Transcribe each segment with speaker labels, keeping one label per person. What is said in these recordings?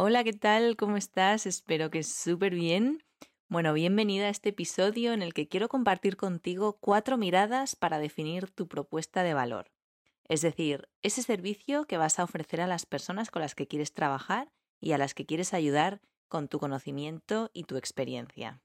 Speaker 1: Hola, ¿qué tal? ¿Cómo estás? Espero que súper bien. Bueno, bienvenida a este episodio en el que quiero compartir contigo 4 miradas para definir tu propuesta de valor. Es decir, ese servicio que vas a ofrecer a las personas con las que quieres trabajar y a las que quieres ayudar con tu conocimiento y tu experiencia.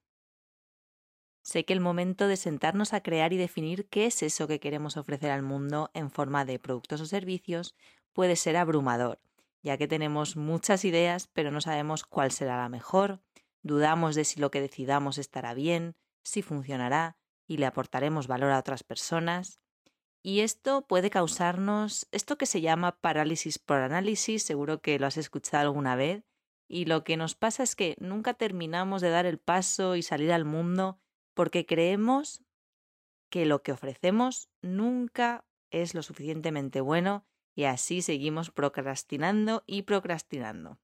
Speaker 1: Sé que el momento de sentarnos a crear y definir qué es eso que queremos ofrecer al mundo en forma de productos o servicios puede ser abrumador, ya que tenemos muchas ideas pero no sabemos cuál será la mejor, dudamos de si lo que decidamos estará bien, si funcionará y le aportaremos valor a otras personas. Y esto puede causarnos esto que se llama parálisis por análisis, seguro que lo has escuchado alguna vez, y lo que nos pasa es que nunca terminamos de dar el paso y salir al mundo porque creemos que lo que ofrecemos nunca es lo suficientemente bueno y así seguimos procrastinando y procrastinando.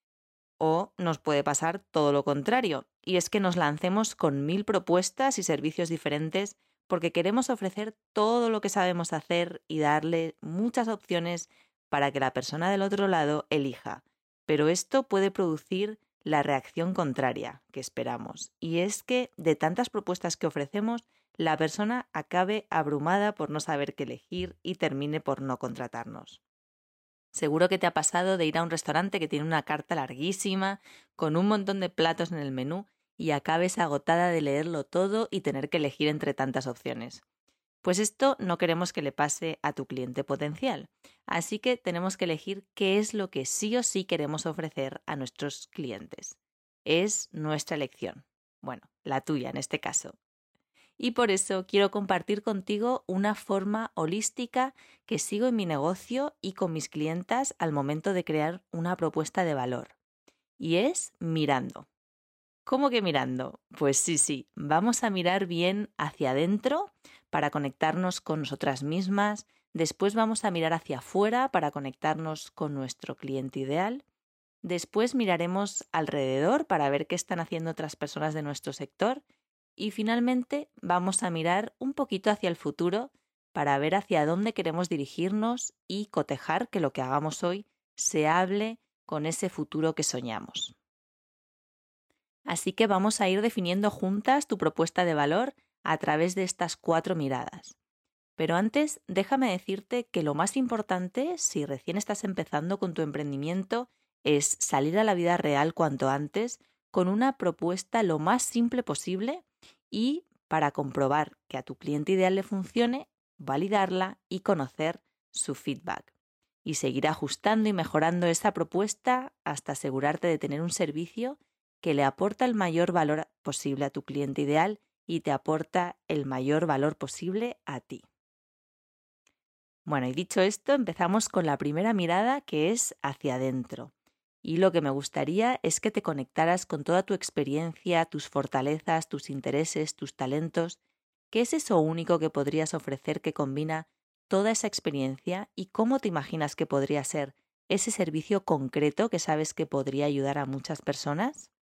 Speaker 1: O nos puede pasar todo lo contrario, y es que nos lancemos con 1000 propuestas y servicios diferentes porque queremos ofrecer todo lo que sabemos hacer y darle muchas opciones para que la persona del otro lado elija. Pero esto puede producir la reacción contraria que esperamos, y es que de tantas propuestas que ofrecemos, la persona acabe abrumada por no saber qué elegir y termine por no contratarnos. Seguro que te ha pasado de ir a un restaurante que tiene una carta larguísima, con un montón de platos en el menú, y acabes agotada de leerlo todo y tener que elegir entre tantas opciones. Pues esto no queremos que le pase a tu cliente potencial, así que tenemos que elegir qué es lo que sí o sí queremos ofrecer a nuestros clientes. Es nuestra elección. Bueno, la tuya en este caso. Y por eso quiero compartir contigo una forma holística que sigo en mi negocio y con mis clientas al momento de crear una propuesta de valor. Y es mirando. ¿Cómo que mirando? Pues sí, vamos a mirar bien hacia adentro para conectarnos con nosotras mismas, después vamos a mirar hacia afuera para conectarnos con nuestro cliente ideal, después miraremos alrededor para ver qué están haciendo otras personas de nuestro sector y finalmente vamos a mirar un poquito hacia el futuro para ver hacia dónde queremos dirigirnos y cotejar que lo que hagamos hoy se hable con ese futuro que soñamos. Así que vamos a ir definiendo juntas tu propuesta de valor a través de estas 4 miradas. Pero antes, déjame decirte que lo más importante, si recién estás empezando con tu emprendimiento, es salir a la vida real cuanto antes con una propuesta lo más simple posible y para comprobar que a tu cliente ideal le funcione, validarla y conocer su feedback. Y seguir ajustando y mejorando esa propuesta hasta asegurarte de tener un servicio que le aporta el mayor valor posible a tu cliente ideal y te aporta el mayor valor posible a ti. Bueno, y dicho esto, empezamos con la primera mirada, que es hacia adentro. Y lo que me gustaría es que te conectaras con toda tu experiencia, tus fortalezas, tus intereses, tus talentos. ¿Qué es eso único que podrías ofrecer que combina toda esa experiencia y cómo te imaginas que podría ser ese servicio concreto que sabes que podría ayudar a muchas personas?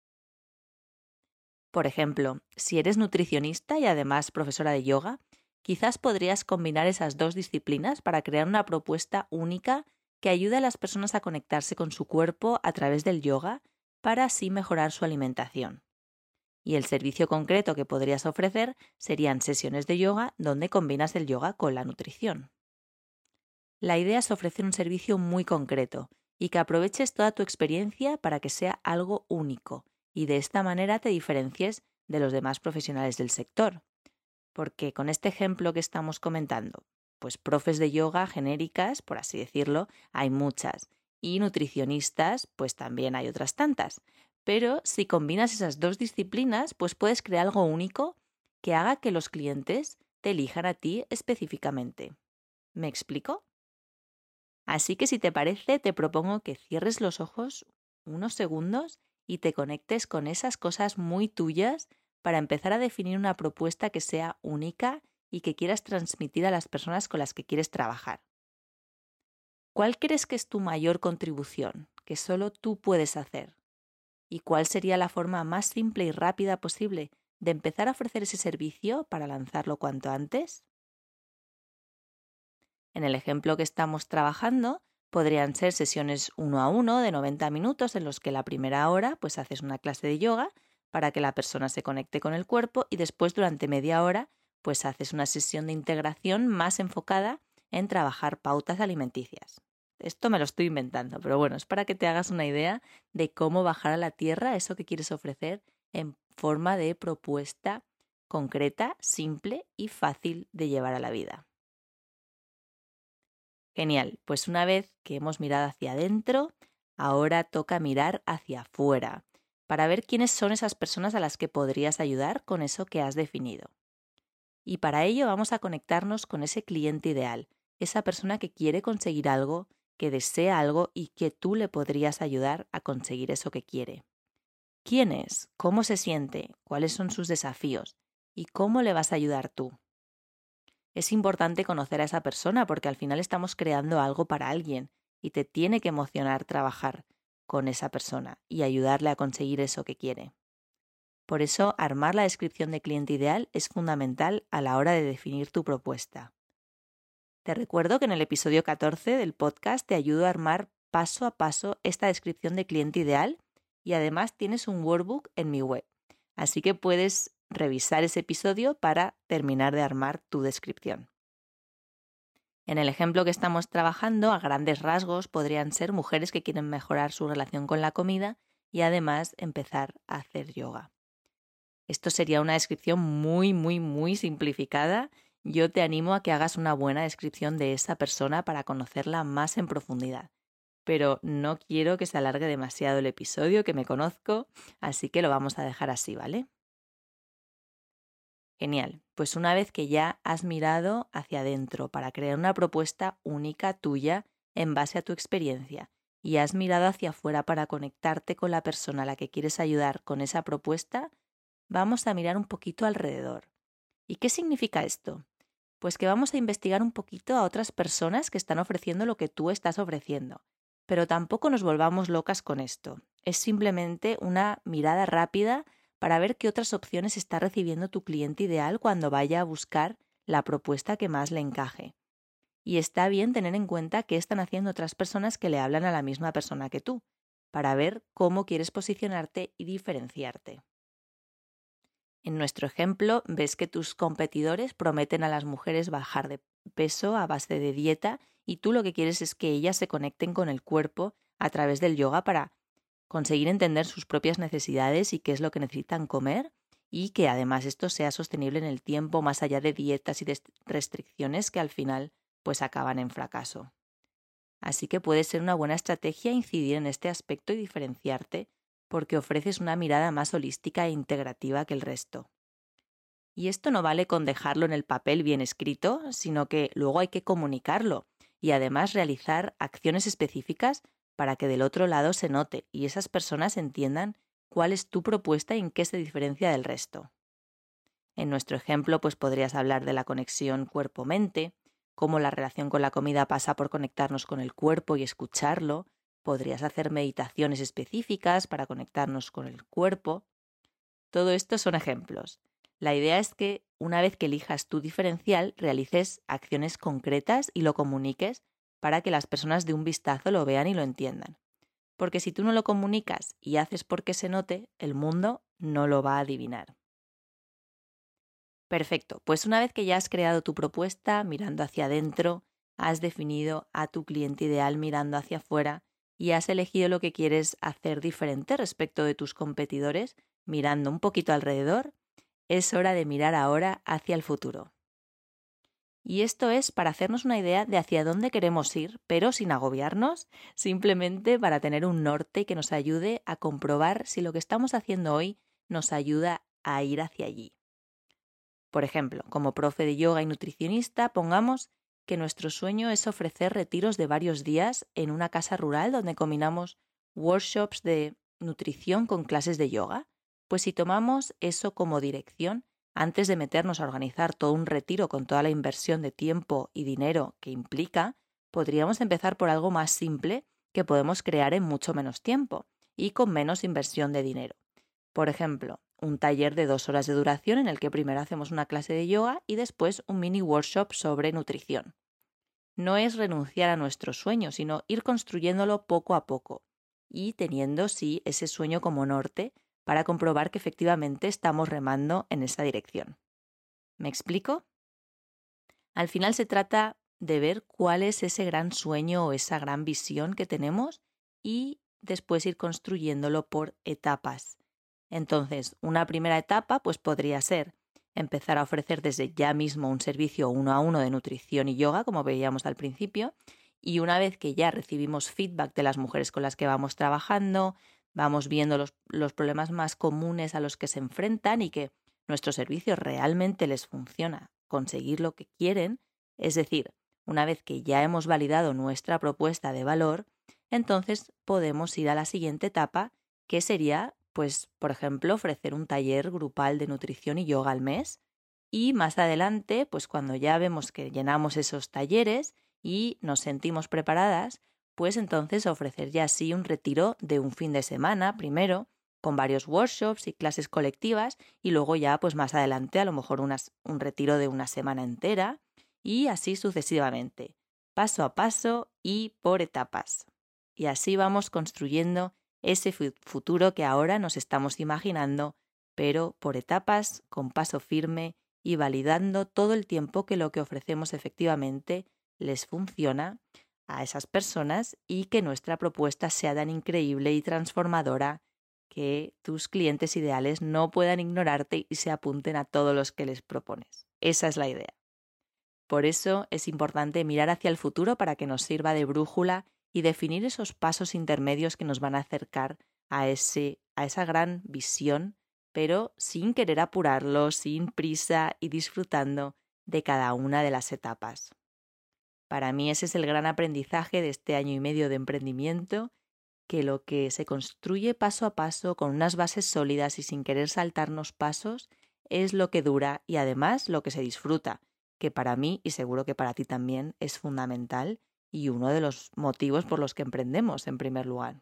Speaker 1: Por ejemplo, si eres nutricionista y además profesora de yoga, quizás podrías combinar esas 2 disciplinas para crear una propuesta única que ayude a las personas a conectarse con su cuerpo a través del yoga para así mejorar su alimentación. Y el servicio concreto que podrías ofrecer serían sesiones de yoga donde combinas el yoga con la nutrición. La idea es ofrecer un servicio muy concreto y que aproveches toda tu experiencia para que sea algo único y de esta manera te diferencies de los demás profesionales del sector. Porque con este ejemplo que estamos comentando, pues profes de yoga genéricas, por así decirlo, hay muchas, y nutricionistas, pues también hay otras tantas. Pero si combinas esas 2 disciplinas, pues puedes crear algo único que haga que los clientes te elijan a ti específicamente. ¿Me explico? Así que si te parece, te propongo que cierres los ojos unos segundos y te conectes con esas cosas muy tuyas para empezar a definir una propuesta que sea única y que quieras transmitir a las personas con las que quieres trabajar. ¿Cuál crees que es tu mayor contribución, que solo tú puedes hacer? ¿Y cuál sería la forma más simple y rápida posible de empezar a ofrecer ese servicio para lanzarlo cuanto antes? En el ejemplo que estamos trabajando, Podrían ser sesiones 1 a 1 de 90 minutos en los que la primera hora pues haces una clase de yoga para que la persona se conecte con el cuerpo y después durante media hora pues haces una sesión de integración más enfocada en trabajar pautas alimenticias. Esto me lo estoy inventando, pero bueno, es para que te hagas una idea de cómo bajar a la tierra eso que quieres ofrecer en forma de propuesta concreta, simple y fácil de llevar a la vida. Genial, pues una vez que hemos mirado hacia adentro, ahora toca mirar hacia afuera para ver quiénes son esas personas a las que podrías ayudar con eso que has definido. Y para ello vamos a conectarnos con ese cliente ideal, esa persona que quiere conseguir algo, que desea algo y que tú le podrías ayudar a conseguir eso que quiere. ¿Quién es? ¿Cómo se siente? ¿Cuáles son sus desafíos? ¿Y cómo le vas a ayudar tú? Es importante conocer a esa persona porque al final estamos creando algo para alguien y te tiene que emocionar trabajar con esa persona y ayudarle a conseguir eso que quiere. Por eso, armar la descripción de cliente ideal es fundamental a la hora de definir tu propuesta. Te recuerdo que en el episodio 14 del podcast te ayudo a armar paso a paso esta descripción de cliente ideal y además tienes un workbook en mi web. Así que puedes revisar ese episodio para terminar de armar tu descripción. En el ejemplo que estamos trabajando, a grandes rasgos, podrían ser mujeres que quieren mejorar su relación con la comida y además empezar a hacer yoga. Esto sería una descripción muy simplificada. Yo te animo a que hagas una buena descripción de esa persona para conocerla más en profundidad. Pero no quiero que se alargue demasiado el episodio, que me conozco, así que lo vamos a dejar así, ¿vale? Genial, pues una vez que ya has mirado hacia adentro para crear una propuesta única tuya en base a tu experiencia y has mirado hacia afuera para conectarte con la persona a la que quieres ayudar con esa propuesta, vamos a mirar un poquito alrededor. ¿Y qué significa esto? Pues que vamos a investigar un poquito a otras personas que están ofreciendo lo que tú estás ofreciendo. Pero tampoco nos volvamos locas con esto. Es simplemente una mirada rápida para ver qué otras opciones está recibiendo tu cliente ideal cuando vaya a buscar la propuesta que más le encaje. Y está bien tener en cuenta qué están haciendo otras personas que le hablan a la misma persona que tú, para ver cómo quieres posicionarte y diferenciarte. En nuestro ejemplo, ves que tus competidores prometen a las mujeres bajar de peso a base de dieta y tú lo que quieres es que ellas se conecten con el cuerpo a través del yoga para conseguir entender sus propias necesidades y qué es lo que necesitan comer y que además esto sea sostenible en el tiempo más allá de dietas y de restricciones que al final pues acaban en fracaso. Así que puede ser una buena estrategia incidir en este aspecto y diferenciarte porque ofreces una mirada más holística e integrativa que el resto. Y esto no vale con dejarlo en el papel bien escrito, sino que luego hay que comunicarlo y además realizar acciones específicas para que del otro lado se note y esas personas entiendan cuál es tu propuesta y en qué se diferencia del resto. En nuestro ejemplo, pues podrías hablar de la conexión cuerpo-mente, cómo la relación con la comida pasa por conectarnos con el cuerpo y escucharlo. Podrías hacer meditaciones específicas para conectarnos con el cuerpo. Todo esto son ejemplos. La idea es que una vez que elijas tu diferencial, realices acciones concretas y lo comuniques para que las personas de un vistazo lo vean y lo entiendan. Porque si tú no lo comunicas y haces porque se note, el mundo no lo va a adivinar. Perfecto, pues una vez que ya has creado tu propuesta mirando hacia adentro, has definido a tu cliente ideal mirando hacia afuera y has elegido lo que quieres hacer diferente respecto de tus competidores, mirando un poquito alrededor, es hora de mirar ahora hacia el futuro. Y esto es para hacernos una idea de hacia dónde queremos ir, pero sin agobiarnos, simplemente para tener un norte que nos ayude a comprobar si lo que estamos haciendo hoy nos ayuda a ir hacia allí. Por ejemplo, como profe de yoga y nutricionista, pongamos que nuestro sueño es ofrecer retiros de varios días en una casa rural donde combinamos workshops de nutrición con clases de yoga. Pues si tomamos eso como dirección, antes de meternos a organizar todo un retiro con toda la inversión de tiempo y dinero que implica, podríamos empezar por algo más simple que podemos crear en mucho menos tiempo y con menos inversión de dinero. Por ejemplo, un taller de 2 horas de duración en el que primero hacemos una clase de yoga y después un mini workshop sobre nutrición. no es renunciar a nuestro sueño, sino ir construyéndolo poco a poco y teniendo, sí, ese sueño como norte para comprobar que efectivamente estamos remando en esa dirección. ¿Me explico? Al final se trata de ver cuál es ese gran sueño o esa gran visión que tenemos y después ir construyéndolo por etapas. Entonces, una primera etapa pues podría ser empezar a ofrecer desde ya mismo un servicio 1-a-1 de nutrición y yoga, como veíamos al principio, y una vez que ya recibimos feedback de las mujeres con las que vamos trabajando, vamos viendo los problemas más comunes a los que se enfrentan y que nuestro servicio realmente les funciona, conseguir lo que quieren, es decir, una vez que ya hemos validado nuestra propuesta de valor, entonces podemos ir a la siguiente etapa, que sería, pues, por ejemplo, ofrecer un taller grupal de nutrición y yoga al mes. Y más adelante, pues cuando ya vemos que llenamos esos talleres y nos sentimos preparadas, pues entonces ofrecer ya así un retiro de un fin de semana primero, con varios workshops y clases colectivas, y luego ya pues más adelante a lo mejor un retiro de una semana entera, y así sucesivamente, paso a paso y por etapas. Y así vamos construyendo ese futuro que ahora nos estamos imaginando, pero por etapas, con paso firme y validando todo el tiempo que lo que ofrecemos efectivamente les funciona a esas personas y que nuestra propuesta sea tan increíble y transformadora que tus clientes ideales no puedan ignorarte y se apunten a todos los que les propones. Esa es la idea. Por eso es importante mirar hacia el futuro para que nos sirva de brújula y definir esos pasos intermedios que nos van a acercar a esa gran visión, pero sin querer apurarlo, sin prisa y disfrutando de cada una de las etapas. Para mí ese es el gran aprendizaje de este año y medio de emprendimiento, que lo que se construye paso a paso con unas bases sólidas y sin querer saltarnos pasos es lo que dura y además lo que se disfruta, que para mí y seguro que para ti también es fundamental y uno de los motivos por los que emprendemos en primer lugar.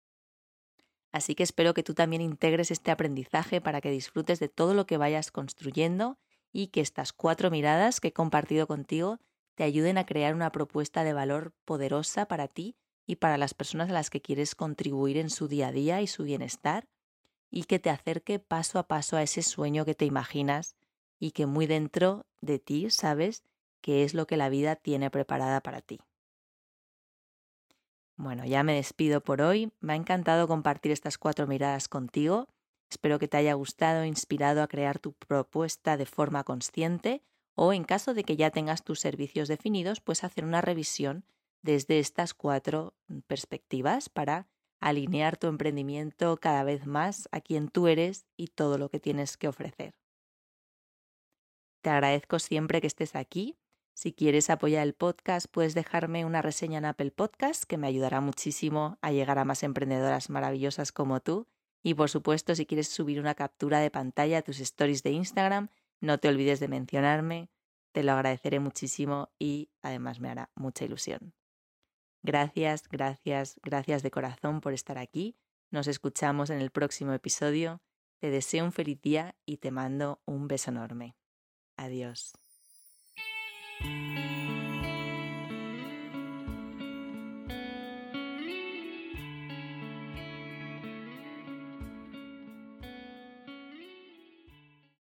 Speaker 1: Así que espero que tú también integres este aprendizaje para que disfrutes de todo lo que vayas construyendo y que estas 4 miradas que he compartido contigo te ayuden a crear una propuesta de valor poderosa para ti y para las personas a las que quieres contribuir en su día a día y su bienestar, y que te acerque paso a paso a ese sueño que te imaginas y que muy dentro de ti sabes que es lo que la vida tiene preparada para ti. Bueno, ya me despido por hoy. Me ha encantado compartir estas 4 miradas contigo. Espero que te haya gustado e inspirado a crear tu propuesta de forma consciente, o en caso de que ya tengas tus servicios definidos, pues hacer una revisión desde estas 4 perspectivas para alinear tu emprendimiento cada vez más a quien tú eres y todo lo que tienes que ofrecer. Te agradezco siempre que estés aquí. Si quieres apoyar el podcast, puedes dejarme una reseña en Apple Podcast, que me ayudará muchísimo a llegar a más emprendedoras maravillosas como tú. Y por supuesto, si quieres subir una captura de pantalla a tus stories de Instagram, no te olvides de mencionarme. Te lo agradeceré muchísimo y además me hará mucha ilusión. Gracias, gracias, gracias de corazón por estar aquí. Nos escuchamos en el próximo episodio. Te deseo un feliz día y te mando un beso enorme. Adiós.